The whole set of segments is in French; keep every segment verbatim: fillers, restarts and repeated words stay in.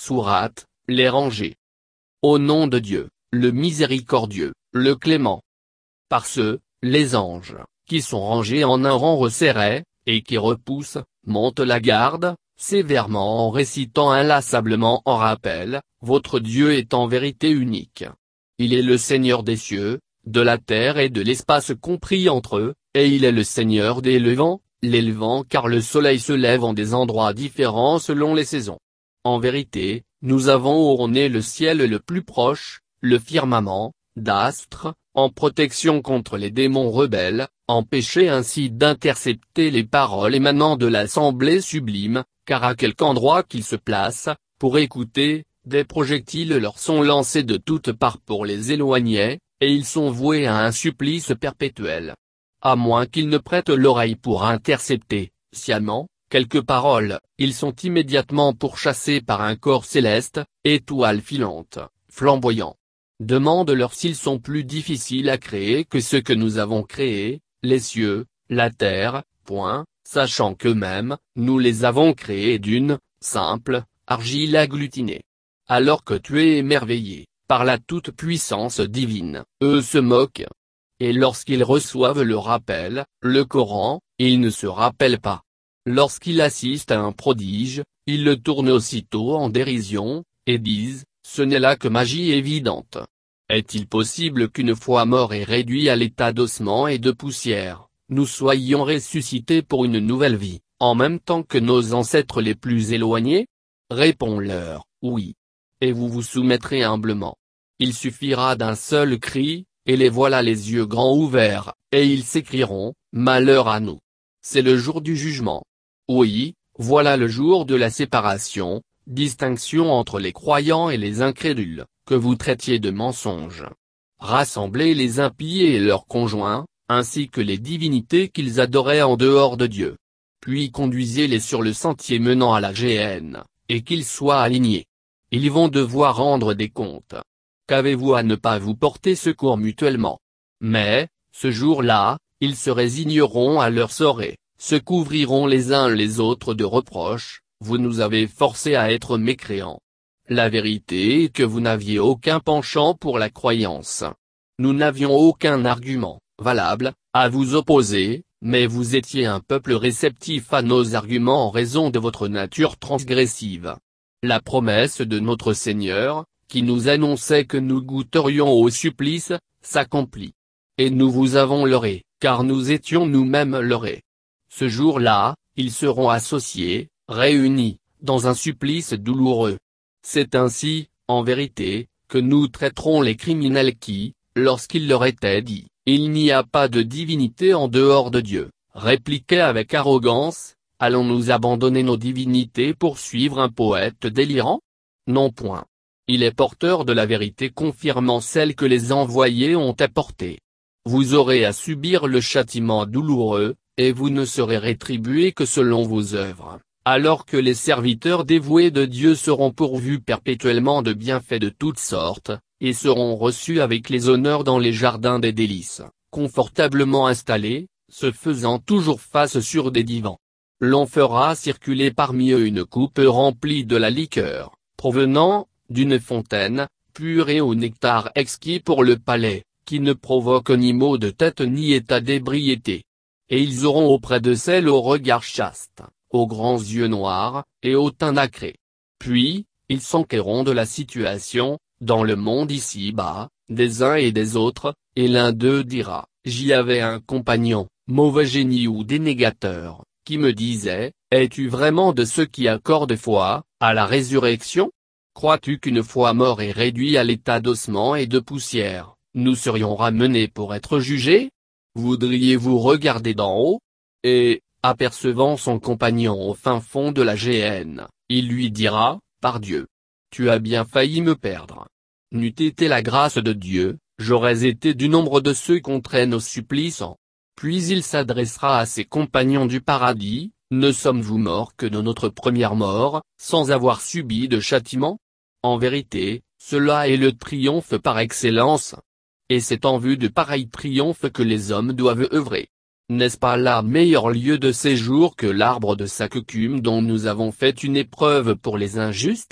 Sourate, les rangées. Au nom de Dieu, le miséricordieux, le clément. Par ceux, les anges, qui sont rangés en un rang resserré, et qui repoussent, montent la garde, sévèrement en récitant inlassablement en rappel, votre Dieu est en vérité unique. Il est le Seigneur des cieux, de la terre et de l'espace compris entre eux, et il est le Seigneur des levants, les levants car le soleil se lève en des endroits différents selon les saisons. En vérité, nous avons orné le ciel le plus proche, le firmament, d'astres, en protection contre les démons rebelles, empêcher ainsi d'intercepter les paroles émanant de l'assemblée sublime, car à quelque endroit qu'ils se placent, pour écouter, des projectiles leur sont lancés de toutes parts pour les éloigner, et ils sont voués à un supplice perpétuel. À moins qu'ils ne prêtent l'oreille pour intercepter, sciemment, quelques paroles, ils sont immédiatement pourchassés par un corps céleste, étoile filante, flamboyant. Demande-leur s'ils sont plus difficiles à créer que ceux que nous avons créés, les cieux, la terre, point, sachant qu'eux-mêmes, nous les avons créés d'une, simple, argile agglutinée. Alors que tu es émerveillé, par la toute-puissance divine, eux se moquent. Et lorsqu'ils reçoivent le rappel, le Coran, ils ne se rappellent pas. Lorsqu'ils assistent à un prodige, ils le tournent aussitôt en dérision, et disent, ce n'est là que magie évidente. Est-il possible qu'une fois mort et réduit à l'état d'ossement et de poussière, nous soyons ressuscités pour une nouvelle vie, en même temps que nos ancêtres les plus éloignés? Réponds-leur, oui. Et vous vous soumettrez humblement. Il suffira d'un seul cri, et les voilà les yeux grands ouverts, et ils s'écrieront, malheur à nous. C'est le jour du jugement. Oui, voilà le jour de la séparation, distinction entre les croyants et les incrédules, que vous traitiez de mensonges. Rassemblez les impies et leurs conjoints, ainsi que les divinités qu'ils adoraient en dehors de Dieu. Puis conduisez-les sur le sentier menant à la géhenne, et qu'ils soient alignés. Ils vont devoir rendre des comptes. Qu'avez-vous à ne pas vous porter secours mutuellement? Mais, ce jour-là, ils se résigneront à leur sort et se couvriront les uns les autres de reproches, vous nous avez forcés à être mécréants. La vérité est que vous n'aviez aucun penchant pour la croyance. Nous n'avions aucun argument, valable, à vous opposer, mais vous étiez un peuple réceptif à nos arguments en raison de votre nature transgressive. La promesse de notre Seigneur, qui nous annonçait que nous goûterions au supplice, s'accomplit. Et nous vous avons leurré, car nous étions nous-mêmes leurrés. Ce jour-là, ils seront associés, réunis, dans un supplice douloureux. C'est ainsi, en vérité, que nous traiterons les criminels qui, lorsqu'il leur était dit, il n'y a pas de divinité en dehors de Dieu, répliquaient avec arrogance, allons-nous abandonner nos divinités pour suivre un poète délirant? Non point. Il est porteur de la vérité confirmant celle que les envoyés ont apportée. Vous aurez à subir le châtiment douloureux, et vous ne serez rétribués que selon vos œuvres, alors que les serviteurs dévoués de Dieu seront pourvus perpétuellement de bienfaits de toutes sortes, et seront reçus avec les honneurs dans les jardins des délices, confortablement installés, se faisant toujours face sur des divans. L'on fera circuler parmi eux une coupe remplie de la liqueur, provenant, d'une fontaine, pure et au nectar exquis pour le palais, qui ne provoque ni maux de tête ni état d'ébriété. Et ils auront auprès de celle au regard chaste, aux grands yeux noirs, et au teint nacré. Puis, ils s'enquerront de la situation, dans le monde ici-bas, des uns et des autres, et l'un d'eux dira, j'y avais un compagnon, mauvais génie ou dénégateur, qui me disait, es-tu vraiment de ceux qui accordent foi, à la résurrection? Crois-tu qu'une fois mort et réduit à l'état d'ossement et de poussière, nous serions ramenés pour être jugés? Voudriez-vous regarder d'en haut? Et, apercevant son compagnon au fin fond de la géhenne, il lui dira, par Dieu, tu as bien failli me perdre. N'eût été la grâce de Dieu, j'aurais été du nombre de ceux qu'on traîne au supplice. Puis il s'adressera à ses compagnons du paradis, ne sommes-vous morts que de notre première mort, sans avoir subi de châtiment? En vérité, cela est le triomphe par excellence. Et c'est en vue de pareil triomphe que les hommes doivent œuvrer. N'est-ce pas là meilleur lieu de séjour que l'arbre de Sakkum dont nous avons fait une épreuve pour les injustes?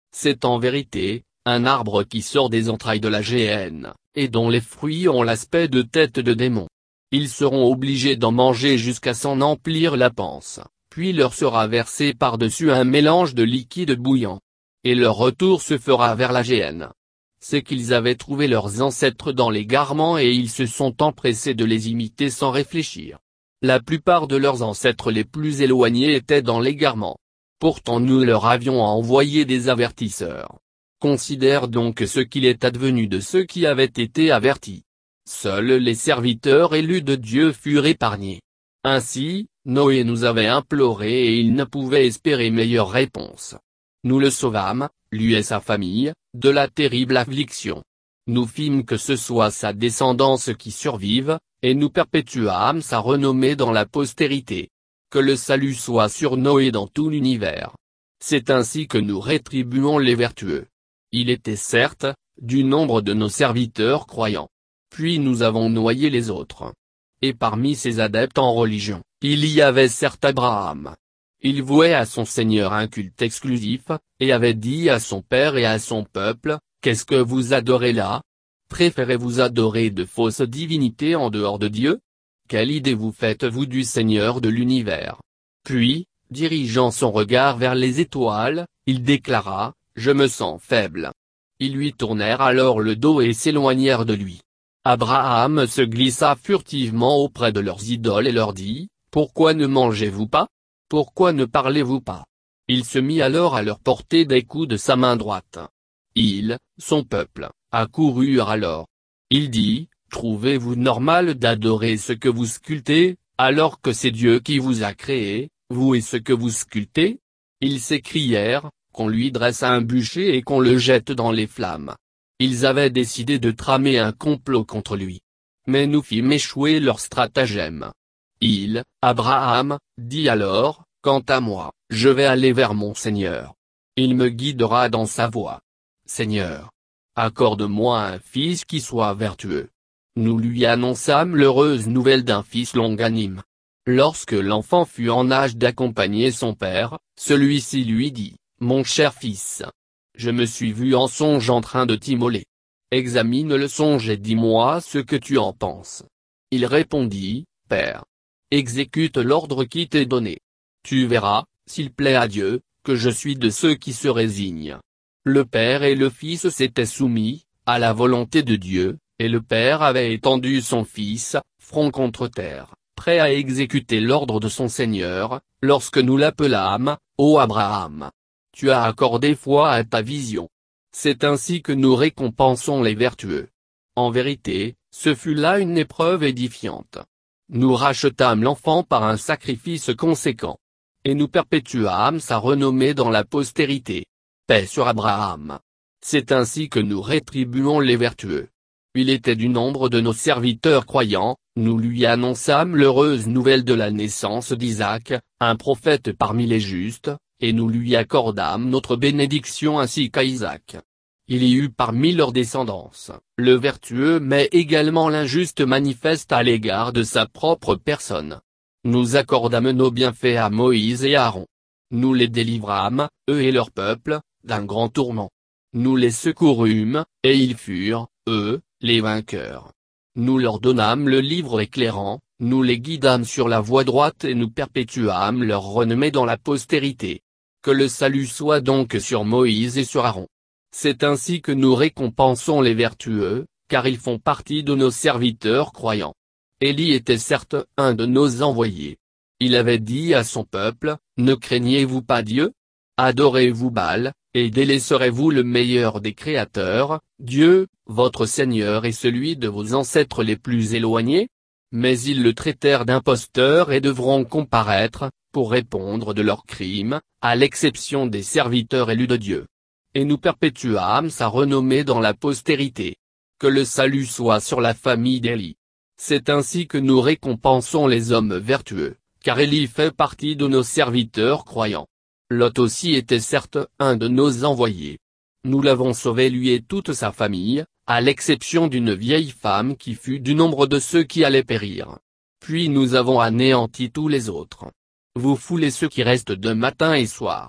C'est en vérité, un arbre qui sort des entrailles de la géhenne, et dont les fruits ont l'aspect de têtes de démons. Ils seront obligés d'en manger jusqu'à s'en emplir la panse, puis leur sera versé par-dessus un mélange de liquide bouillant. Et leur retour se fera vers la géhenne. C'est qu'ils avaient trouvé leurs ancêtres dans l'égarement et ils se sont empressés de les imiter sans réfléchir. La plupart de leurs ancêtres les plus éloignés étaient dans l'égarement. Pourtant nous leur avions envoyé des avertisseurs. Considère donc ce qu'il est advenu de ceux qui avaient été avertis. Seuls les serviteurs élus de Dieu furent épargnés. Ainsi, Noé nous avait imploré et il ne pouvait espérer meilleure réponse. Nous le sauvâmes, lui et sa famille, de la terrible affliction. Nous fîmes que ce soit sa descendance qui survive, et nous perpétuâmes sa renommée dans la postérité. Que le salut soit sur Noé dans tout l'univers. C'est ainsi que nous rétribuons les vertueux. Il était certes, du nombre de nos serviteurs croyants. Puis nous avons noyé les autres. Et parmi ces adeptes en religion, il y avait certes Abraham. Il vouait à son Seigneur un culte exclusif, et avait dit à son père et à son peuple, « Qu'est-ce que vous adorez là? Préférez-vous adorer de fausses divinités en dehors de Dieu? Quelle idée vous faites-vous du Seigneur de l'univers ?» Puis, dirigeant son regard vers les étoiles, il déclara, « Je me sens faible. » Ils lui tournèrent alors le dos et s'éloignèrent de lui. Abraham se glissa furtivement auprès de leurs idoles et leur dit, « Pourquoi ne mangez-vous pas? Pourquoi ne parlez-vous pas ?» Il se mit alors à leur porter des coups de sa main droite. Ils, son peuple, accoururent alors. Il dit, « Trouvez-vous normal d'adorer ce que vous sculptez, alors que c'est Dieu qui vous a créé, vous et ce que vous sculptez ?» Ils s'écrièrent, qu'on lui dresse un bûcher et qu'on le jette dans les flammes. Ils avaient décidé de tramer un complot contre lui. Mais nous fîmes échouer leur stratagème. Il, Abraham, dit alors, « Quant à moi, je vais aller vers mon Seigneur. Il me guidera dans sa voie. Seigneur, accorde-moi un fils qui soit vertueux. » Nous lui annonçâmes l'heureuse nouvelle d'un fils longanime. Lorsque l'enfant fut en âge d'accompagner son père, celui-ci lui dit, « Mon cher fils, je me suis vu en songe en train de t'immoler. Examine le songe et dis-moi ce que tu en penses. » Il répondit, « Père, exécute l'ordre qui t'est donné. Tu verras, s'il plaît à Dieu, que je suis de ceux qui se résignent. » Le père et le fils s'étaient soumis, à la volonté de Dieu, et le père avait étendu son fils, front contre terre, prêt à exécuter l'ordre de son Seigneur, lorsque nous l'appelâmes, « Ô Abraham, tu as accordé foi à ta vision. » C'est ainsi que nous récompensons les vertueux. En vérité, ce fut là une épreuve édifiante. Nous rachetâmes l'enfant par un sacrifice conséquent. Et nous perpétuâmes sa renommée dans la postérité. Paix sur Abraham. C'est ainsi que nous rétribuons les vertueux. Il était du nombre de nos serviteurs croyants, nous lui annonçâmes l'heureuse nouvelle de la naissance d'Isaac, un prophète parmi les justes, et nous lui accordâmes notre bénédiction ainsi qu'à Isaac. Il y eut parmi leur descendance, le vertueux mais également l'injuste manifeste à l'égard de sa propre personne. Nous accordâmes nos bienfaits à Moïse et Aaron. Nous les délivrâmes, eux et leur peuple, d'un grand tourment. Nous les secourûmes, et ils furent, eux, les vainqueurs. Nous leur donnâmes le livre éclairant, nous les guidâmes sur la voie droite et nous perpétuâmes leur renommée dans la postérité. Que le salut soit donc sur Moïse et sur Aaron. C'est ainsi que nous récompensons les vertueux, car ils font partie de nos serviteurs croyants. Élie était certes un de nos envoyés. Il avait dit à son peuple, « Ne craignez-vous pas Dieu? Adorez-vous Baal, et délaisserez-vous le meilleur des créateurs, Dieu, votre Seigneur et celui de vos ancêtres les plus éloignés ?» Mais ils le traitèrent d'imposteur et devront comparaître, pour répondre de leurs crimes, à l'exception des serviteurs élus de Dieu. Et nous perpétuâmes sa renommée dans la postérité. Que le salut soit sur la famille d'Élie. C'est ainsi que nous récompensons les hommes vertueux, car Élie fait partie de nos serviteurs croyants. Lot aussi était certes un de nos envoyés. Nous l'avons sauvé lui et toute sa famille, à l'exception d'une vieille femme qui fut du nombre de ceux qui allaient périr. Puis nous avons anéanti tous les autres. Vous foulez ceux qui restent de matin et soir.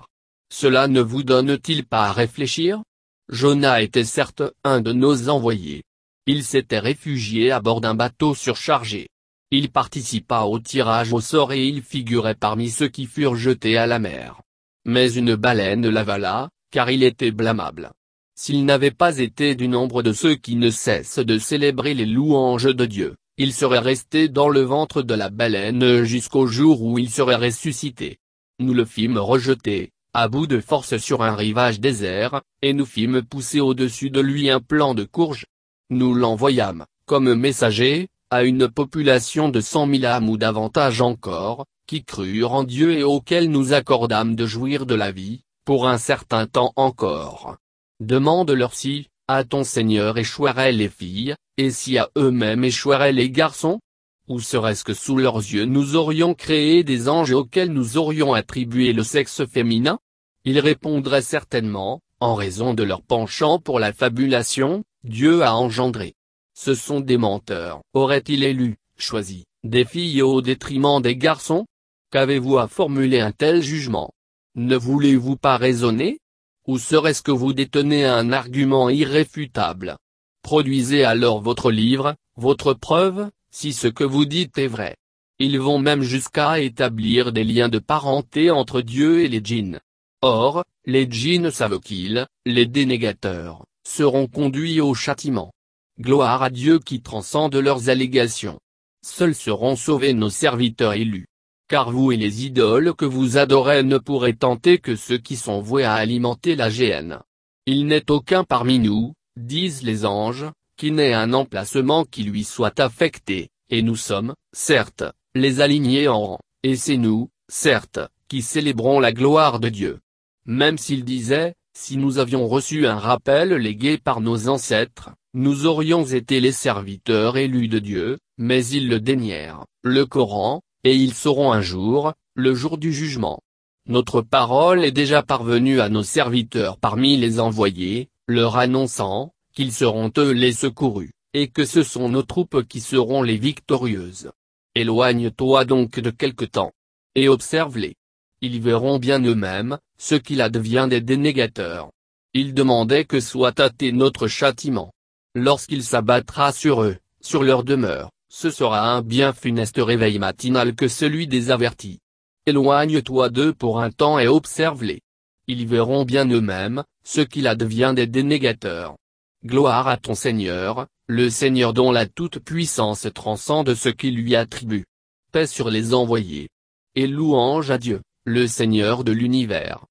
Cela ne vous donne-t-il pas à réfléchir? Jonas était certes un de nos envoyés. Il s'était réfugié à bord d'un bateau surchargé. Il participa au tirage au sort et il figurait parmi ceux qui furent jetés à la mer. Mais une baleine l'avala, car il était blâmable. S'il n'avait pas été du nombre de ceux qui ne cessent de célébrer les louanges de Dieu, il serait resté dans le ventre de la baleine jusqu'au jour où il serait ressuscité. Nous le fîmes rejeter, à bout de force sur un rivage désert, et nous fîmes pousser au-dessus de lui un plant de courge. Nous l'envoyâmes, comme messager, à une population de cent mille âmes ou davantage encore, qui crurent en Dieu et auxquels nous accordâmes de jouir de la vie, pour un certain temps encore. Demande-leur si, à ton Seigneur échoueraient les filles, et si à eux-mêmes échoueraient les garçons? Ou serait-ce que sous leurs yeux nous aurions créé des anges auxquels nous aurions attribué le sexe féminin? Ils répondraient certainement, en raison de leur penchant pour la fabulation, Dieu a engendré. Ce sont des menteurs. Aurait-il élu, choisi, des filles au détriment des garçons? Qu'avez-vous à formuler un tel jugement? Ne voulez-vous pas raisonner? Ou serait-ce que vous détenez un argument irréfutable? Produisez alors votre livre, votre preuve, si ce que vous dites est vrai. Ils vont même jusqu'à établir des liens de parenté entre Dieu et les djinns. Or, les djinns savent qu'ils, les dénégateurs, seront conduits au châtiment. Gloire à Dieu qui transcende leurs allégations. Seuls seront sauvés nos serviteurs élus. Car vous et les idoles que vous adorez ne pourrez tenter que ceux qui sont voués à alimenter la géhenne. Il n'est aucun parmi nous, disent les anges, qui n'ait un emplacement qui lui soit affecté, et nous sommes, certes, les alignés en rang, et c'est nous, certes, qui célébrons la gloire de Dieu. Même s'il disait, si nous avions reçu un rappel légué par nos ancêtres, nous aurions été les serviteurs élus de Dieu, mais ils le dénièrent, le Coran, et ils sauront un jour, le jour du jugement. Notre parole est déjà parvenue à nos serviteurs parmi les envoyés, leur annonçant, qu'ils seront eux les secourus, et que ce sont nos troupes qui seront les victorieuses. Éloigne-toi donc de quelque temps, et observe-les. Ils verront bien eux-mêmes, ce qu'il advient des dénégateurs. Ils demandaient que soit hâté notre châtiment. Lorsqu'il s'abattra sur eux, sur leur demeure, ce sera un bien funeste réveil matinal que celui des avertis. Éloigne-toi d'eux pour un temps et observe-les. Ils verront bien eux-mêmes, ce qu'il advient des dénégateurs. Gloire à ton Seigneur, le Seigneur dont la toute-puissance transcende ce qu'il lui attribue. Paix sur les envoyés. Et louange à Dieu, le Seigneur de l'univers.